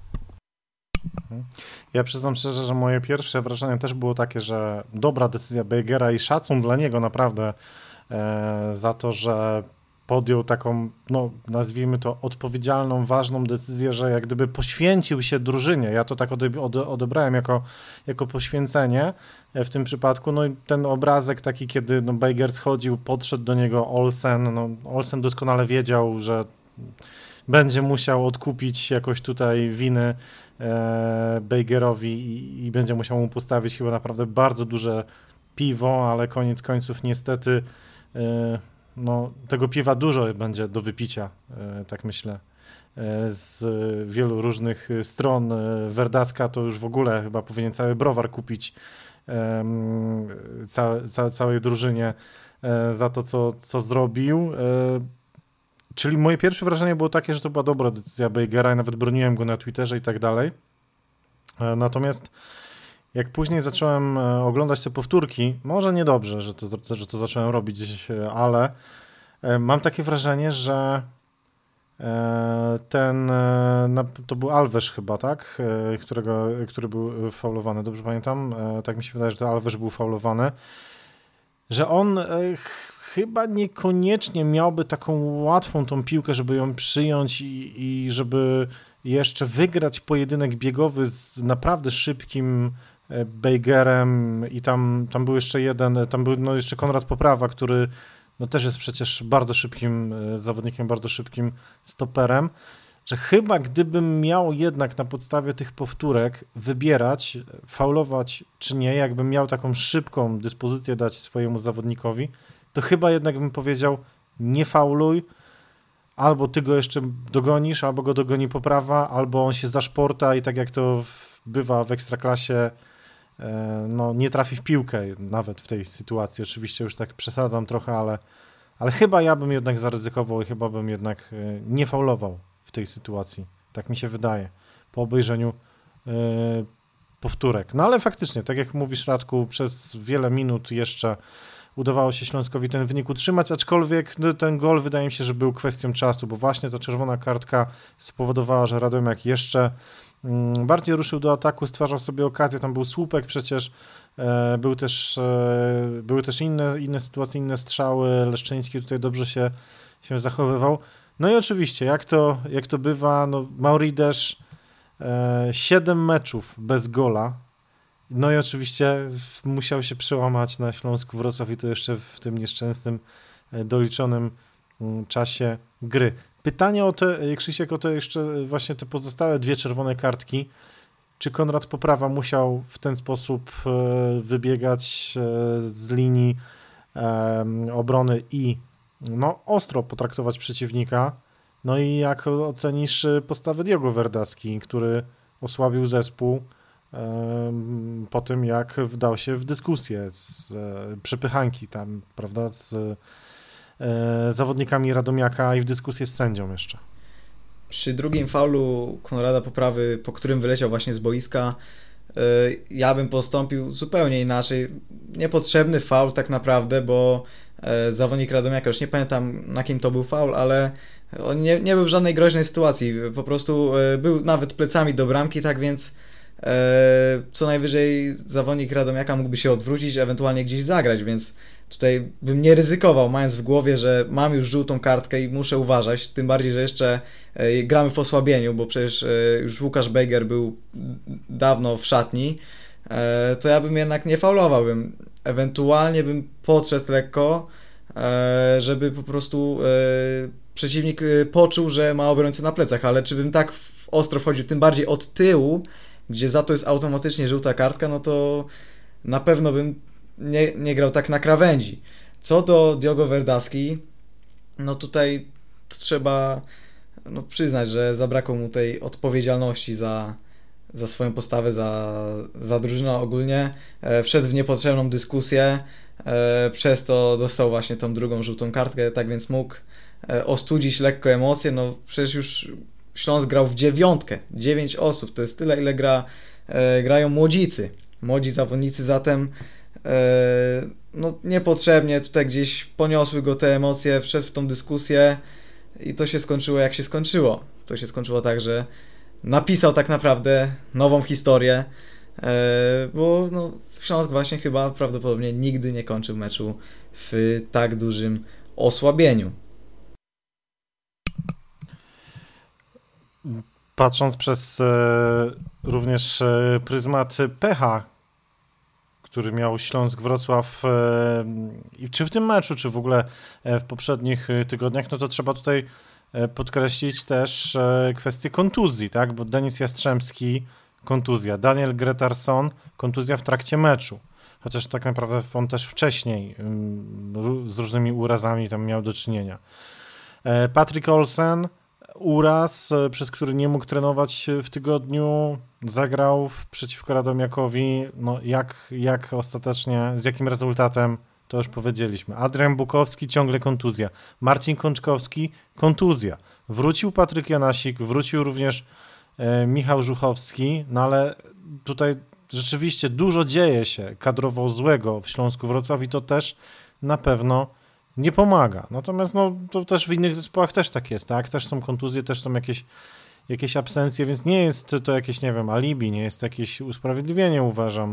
Ja przyznam szczerze, że moje pierwsze wrażenie też było takie, że dobra decyzja Bejgera i szacun dla niego naprawdę za to, że podjął taką, no nazwijmy to, odpowiedzialną, ważną decyzję, że jak gdyby poświęcił się drużynie. Ja to tak odebrałem jako poświęcenie w tym przypadku. No i ten obrazek taki, kiedy no, Bejger schodził, podszedł do niego Olsen. No, Olsen doskonale wiedział, że będzie musiał odkupić jakoś tutaj winy Bejgerowi i będzie musiał mu postawić chyba naprawdę bardzo duże piwo, ale koniec końców niestety no, tego piwa dużo będzie do wypicia, tak myślę, z wielu różnych stron. Verdaska to już w ogóle chyba powinien cały browar kupić całej drużynie za to, co zrobił. Czyli moje pierwsze wrażenie było takie, że to była dobra decyzja Bejgera i nawet broniłem go na Twitterze i tak dalej. Natomiast jak później zacząłem oglądać te powtórki, może niedobrze, że to zacząłem robić, ale mam takie wrażenie, że to był Alves chyba, tak? Który był faulowany, dobrze pamiętam? Tak mi się wydaje, że to Alves był faulowany, że on chyba niekoniecznie miałby taką łatwą tą piłkę, żeby ją przyjąć i żeby jeszcze wygrać pojedynek biegowy z naprawdę szybkim Bejgerem i tam był jeszcze jeden, tam był no jeszcze Konrad Poprawa, który no też jest przecież bardzo szybkim zawodnikiem, bardzo szybkim stoperem, że chyba gdybym miał jednak na podstawie tych powtórek wybierać, faulować czy nie, jakbym miał taką szybką dyspozycję dać swojemu zawodnikowi, to chyba jednak bym powiedział nie fauluj, albo ty go jeszcze dogonisz, albo go dogoni Poprawa, albo on się zaszporta i tak jak to bywa w Ekstraklasie, no nie trafi w piłkę nawet w tej sytuacji. Oczywiście już tak przesadzam trochę, ale chyba ja bym jednak zaryzykował i chyba bym jednak nie faulował w tej sytuacji. Tak mi się wydaje po obejrzeniu powtórek. No ale faktycznie, tak jak mówisz, Radku, przez wiele minut jeszcze udawało się Śląskowi ten wynik utrzymać, aczkolwiek ten gol wydaje mi się, że był kwestią czasu, bo właśnie ta czerwona kartka spowodowała, że Radomiak jeszcze bardziej ruszył do ataku, stwarzał sobie okazję, tam był słupek przecież, były też inne sytuacje, inne strzały, Leszczyński tutaj dobrze się zachowywał. No i oczywiście, jak to bywa, no Maurides 7 meczów bez gola, no i oczywiście musiał się przełamać na Śląsku Wrocław i to jeszcze w tym nieszczęsnym doliczonym czasie gry. Pytanie Krzysiek, o te jeszcze właśnie te pozostałe 2 czerwone kartki. Czy Konrad Poprawa musiał w ten sposób wybiegać z linii obrony i ostro potraktować przeciwnika? No i jak ocenisz postawę Diogo Verdaschi, który osłabił zespół po tym, jak wdał się w dyskusję z przepychanki tam, prawda, z zawodnikami Radomiaka i w dyskusję z sędzią jeszcze? Przy drugim faulu Konrada Poprawy, po którym wyleciał właśnie z boiska, ja bym postąpił zupełnie inaczej. Niepotrzebny faul tak naprawdę, bo zawodnik Radomiaka, już nie pamiętam na kim to był faul, ale on nie był w żadnej groźnej sytuacji. Po prostu był nawet plecami do bramki, tak więc co najwyżej zawodnik Radomiaka mógłby się odwrócić, ewentualnie gdzieś zagrać, więc tutaj bym nie ryzykował, mając w głowie, że mam już żółtą kartkę i muszę uważać, tym bardziej, że jeszcze gramy w osłabieniu, bo przecież już Łukasz Bejger był dawno w szatni, to ja bym jednak nie faulował, ewentualnie bym podszedł lekko, żeby po prostu przeciwnik poczuł, że ma obrońcę na plecach, ale czy bym tak ostro wchodził, tym bardziej od tyłu, gdzie za to jest automatycznie żółta kartka, no to na pewno bym nie grał tak na krawędzi. Co do Diogo Verdaschi, no tutaj trzeba przyznać, że zabrakło mu tej odpowiedzialności za swoją postawę, za drużynę ogólnie. Wszedł w niepotrzebną dyskusję, przez to dostał właśnie tą drugą żółtą kartkę, tak więc mógł ostudzić lekko emocje. No przecież już Śląsk grał w 9, 9 osób, to jest tyle, ile grają młodzi zawodnicy, zatem niepotrzebnie tutaj gdzieś poniosły go te emocje, wszedł w tą dyskusję i to się skończyło jak się skończyło. To się skończyło tak, że napisał tak naprawdę nową historię, bo Śląsk właśnie chyba prawdopodobnie nigdy nie kończył meczu w tak dużym osłabieniu. Patrząc przez również pryzmat pecha, który miał Śląsk Wrocław i czy w tym meczu, czy w ogóle w poprzednich tygodniach, no to trzeba tutaj podkreślić też kwestię kontuzji, tak? Bo Denis Jastrzębski, kontuzja, Daniel Gretarsson, kontuzja w trakcie meczu, chociaż tak naprawdę on też wcześniej z różnymi urazami tam miał do czynienia. Patryk Olsen, uraz, przez który nie mógł trenować w tygodniu, zagrał przeciwko Radomiakowi, jak ostatecznie, z jakim rezultatem, to już powiedzieliśmy. Adrian Bukowski, ciągle kontuzja. Marcin Kączkowski, kontuzja. Wrócił Patryk Janasik, wrócił również Michał Żuchowski, ale tutaj rzeczywiście dużo dzieje się kadrowo złego w Śląsku Wrocław i to też na pewno nie pomaga. Natomiast to też w innych zespołach też tak jest, tak? Też są kontuzje, też są jakieś absencje, więc nie jest to jakieś, nie wiem, alibi, nie jest jakieś usprawiedliwienie, uważam,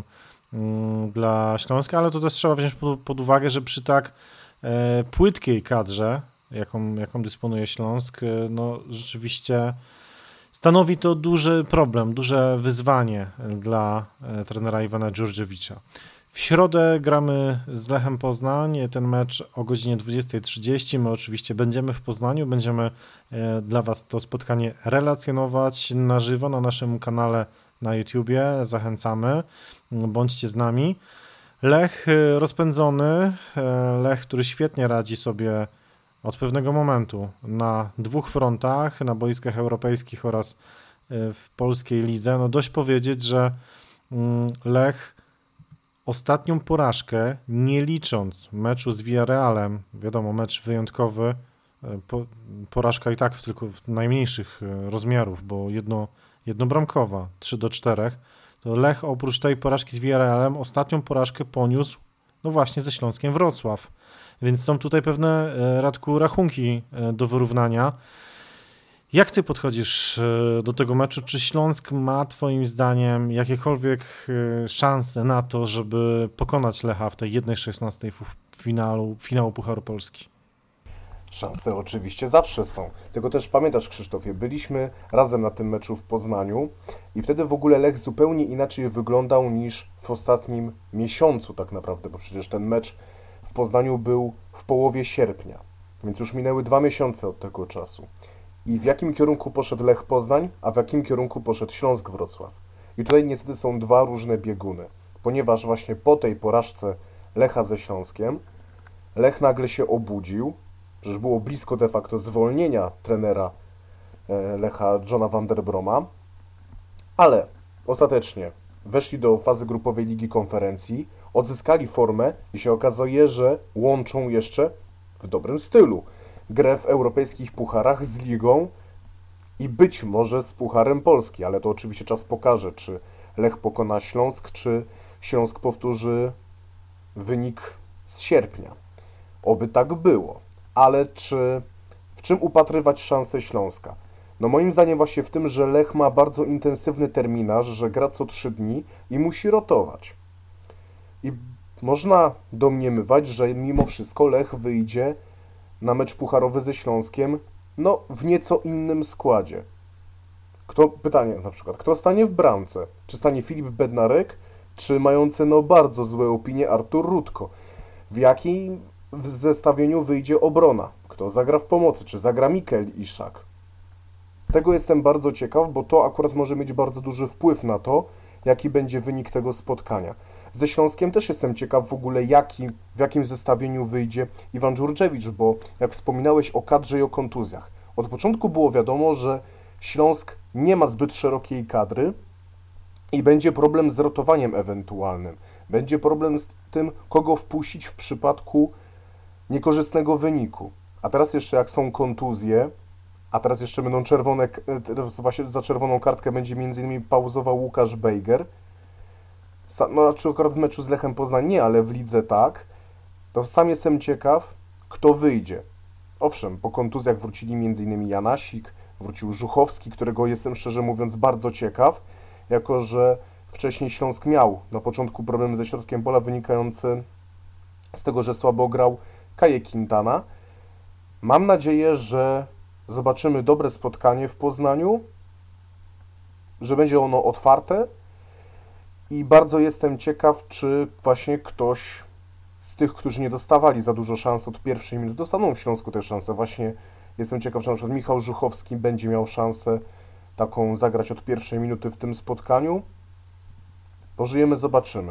dla Śląska, ale to też trzeba wziąć pod uwagę, że przy tak płytkiej kadrze, jaką dysponuje Śląsk, rzeczywiście stanowi to duży problem, duże wyzwanie dla trenera Iwana Dżurdżewicza. W środę gramy z Lechem Poznań, ten mecz o godzinie 20:30. My oczywiście będziemy w Poznaniu, będziemy dla Was to spotkanie relacjonować na żywo na naszym kanale na YouTubie. Zachęcamy, bądźcie z nami. Lech rozpędzony, Lech, który świetnie radzi sobie od pewnego momentu na 2 frontach, na boiskach europejskich oraz w polskiej lidze. Dość powiedzieć, że Lech ostatnią porażkę, nie licząc meczu z Villarrealem, wiadomo, mecz wyjątkowy, porażka i tak tylko w najmniejszych rozmiarów, bo jednobramkowa, 3-4, to Lech oprócz tej porażki z Villarrealem ostatnią porażkę poniósł właśnie ze Śląskiem Wrocław. Więc są tutaj pewne, Radku, rachunki do wyrównania. Jak ty podchodzisz do tego meczu? Czy Śląsk ma twoim zdaniem jakiekolwiek szanse na to, żeby pokonać Lecha w tej 1/16 finału Pucharu Polski? Szanse oczywiście zawsze są. Tylko też pamiętasz, Krzysztofie, byliśmy razem na tym meczu w Poznaniu i wtedy w ogóle Lech zupełnie inaczej wyglądał niż w ostatnim miesiącu tak naprawdę, bo przecież ten mecz w Poznaniu był w połowie sierpnia, więc już minęły 2 miesiące od tego czasu. I w jakim kierunku poszedł Lech Poznań, a w jakim kierunku poszedł Śląsk Wrocław. I tutaj niestety są dwa różne bieguny, ponieważ właśnie po tej porażce Lecha ze Śląskiem Lech nagle się obudził, przecież było blisko de facto zwolnienia trenera Lecha Johna van der Broma, ale ostatecznie weszli do fazy grupowej Ligi Konferencji, odzyskali formę i się okazuje, że łączą jeszcze w dobrym stylu grę w europejskich pucharach z Ligą i być może z Pucharem Polski, ale to oczywiście czas pokaże, czy Lech pokona Śląsk, czy Śląsk powtórzy wynik z sierpnia. Oby tak było, ale w czym upatrywać szansę Śląska? No moim zdaniem właśnie w tym, że Lech ma bardzo intensywny terminarz, że gra co 3 dni i musi rotować. I można domniemywać, że mimo wszystko Lech wyjdzie na mecz pucharowy ze Śląskiem, no w nieco innym składzie. Pytanie na przykład, kto stanie w bramce? Czy stanie Filip Bednarek, czy mający bardzo złe opinie Artur Rutko? W jakim zestawieniu wyjdzie obrona? Kto zagra w pomocy? Czy zagra Mikael Iszak? Tego jestem bardzo ciekaw, bo to akurat może mieć bardzo duży wpływ na to, jaki będzie wynik tego spotkania. Ze Śląskiem też jestem ciekaw w ogóle, w jakim zestawieniu wyjdzie Iwan Dżurdżewicz, bo jak wspominałeś o kadrze i o kontuzjach, od początku było wiadomo, że Śląsk nie ma zbyt szerokiej kadry i będzie problem z rotowaniem ewentualnym. Będzie problem z tym, kogo wpuścić w przypadku niekorzystnego wyniku. A teraz jeszcze jak są kontuzje, a teraz jeszcze będą czerwone, właśnie za czerwoną kartkę będzie m.in. pauzował Łukasz Bejger. No, czy akurat w meczu z Lechem Poznań nie, ale w lidze tak. To sam jestem ciekaw, kto wyjdzie. Owszem, po kontuzjach wrócili m.in. Janasik, wrócił Żuchowski, którego jestem szczerze mówiąc bardzo ciekaw, jako że wcześniej Śląsk miał na początku problemy ze środkiem pola wynikające z tego, że słabo grał Kaje Quintana. Mam nadzieję, że zobaczymy dobre spotkanie w Poznaniu, że będzie ono otwarte i bardzo jestem ciekaw, czy właśnie ktoś z tych, którzy nie dostawali za dużo szans od pierwszej minuty, dostaną w Śląsku też szansę. Właśnie jestem ciekaw, czy na przykład Michał Żuchowski będzie miał szansę taką zagrać od pierwszej minuty w tym spotkaniu. Pożyjemy, zobaczymy.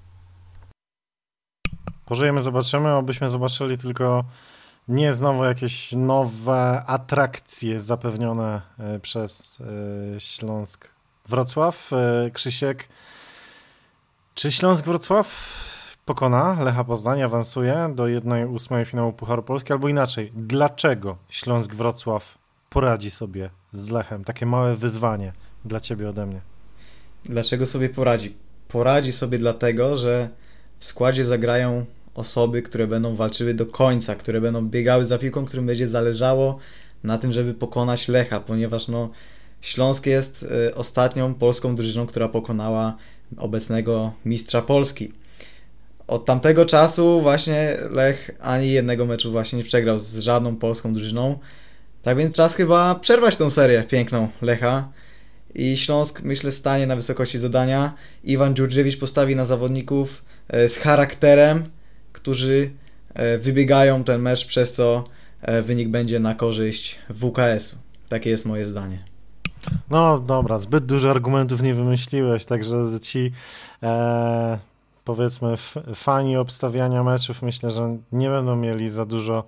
Pożyjemy, zobaczymy, abyśmy zobaczyli tylko nie znowu jakieś nowe atrakcje zapewnione przez Śląsk Wrocław. Krzysiek, czy Śląsk Wrocław pokona Lecha Poznań, awansuje do 1/8 finału Pucharu Polski, albo inaczej, dlaczego Śląsk Wrocław poradzi sobie z Lechem? Takie małe wyzwanie dla Ciebie ode mnie. Dlaczego sobie poradzi? Poradzi sobie dlatego, że w składzie zagrają osoby, które będą walczyły do końca, które będą biegały za piłką, którym będzie zależało na tym, żeby pokonać Lecha, ponieważ Śląsk jest ostatnią polską drużyną, która pokonała obecnego mistrza Polski. Od tamtego czasu właśnie Lech ani jednego meczu właśnie nie przegrał z żadną polską drużyną. Tak więc czas chyba przerwać tą serię piękną Lecha. I Śląsk, myślę, stanie na wysokości zadania. Iwan Dżurdżewicz postawi na zawodników z charakterem, którzy wybiegają ten mecz, przez co wynik będzie na korzyść WKS-u. Takie jest moje zdanie. No dobra, zbyt dużo argumentów nie wymyśliłeś, także ci powiedzmy fani obstawiania meczów myślę, że nie będą mieli za dużo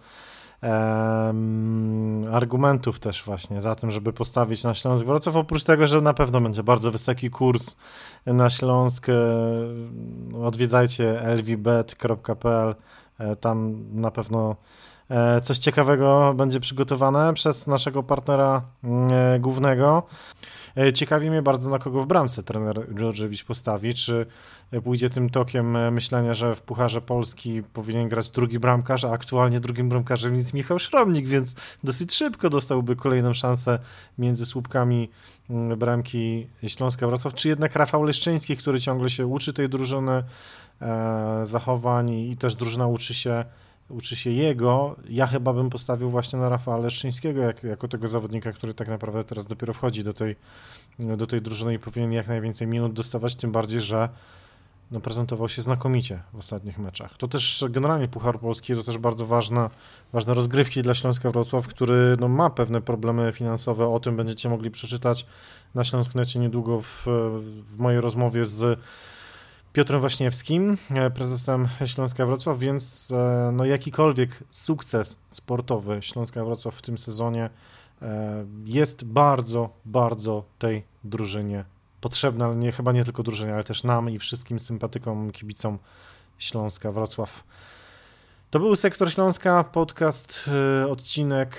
argumentów też właśnie za tym, żeby postawić na Śląsk Wrocław, oprócz tego, że na pewno będzie bardzo wysoki kurs na Śląsk. Odwiedzajcie lvbet.pl, tam na pewno coś ciekawego będzie przygotowane przez naszego partnera głównego. Ciekawi mnie bardzo, na kogo w bramce trener Dżurdżewicz postawi. Czy pójdzie tym tokiem myślenia, że w Pucharze Polski powinien grać drugi bramkarz, a aktualnie drugim bramkarzem jest Michał Szromnik, więc dosyć szybko dostałby kolejną szansę między słupkami bramki Śląska Wrocław. Czy jednak Rafał Leszczyński, który ciągle się uczy tej drużyny zachowań i też drużyna uczy się jego. Ja chyba bym postawił właśnie na Rafała Leszczyńskiego jako tego zawodnika, który tak naprawdę teraz dopiero wchodzi do tej drużyny i powinien jak najwięcej minut dostawać, tym bardziej, że no, prezentował się znakomicie w ostatnich meczach. To też generalnie Puchar Polski to też bardzo ważne rozgrywki dla Śląska Wrocław, który no, ma pewne problemy finansowe. O tym będziecie mogli przeczytać na Śląsknecie niedługo w mojej rozmowie z Piotrem Waśniewskim, prezesem Śląska Wrocław, więc no, jakikolwiek sukces sportowy Śląska Wrocław w tym sezonie jest bardzo, bardzo tej drużynie potrzebna, ale chyba nie tylko drużynie, ale też nam i wszystkim sympatykom, kibicom Śląska Wrocław. To był Sektor Śląska, podcast, odcinek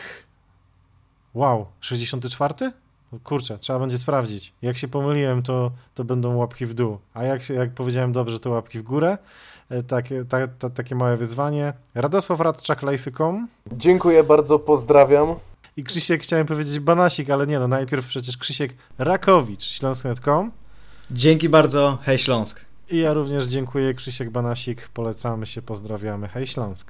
64? Kurczę, trzeba będzie sprawdzić. Jak się pomyliłem, to będą łapki w dół, a jak powiedziałem dobrze, to łapki w górę. Takie małe wyzwanie. Radosław Radczak, Life.com. Dziękuję bardzo, pozdrawiam. I Krzysiek, chciałem powiedzieć Banasik, ale nie, no najpierw przecież Krzysiek Rakowicz, Śląsk.net.com. Dzięki bardzo, hej Śląsk. I ja również dziękuję, Krzysiek Banasik, polecamy się, pozdrawiamy, hej Śląsk.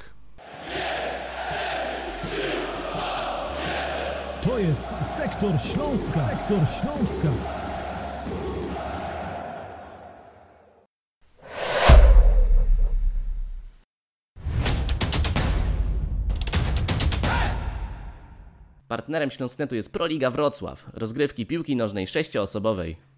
To jest Sektor Śląska. Sektor Śląska. Partnerem Śląsknetu jest Proliga Wrocław, rozgrywki piłki nożnej 6-osobowej.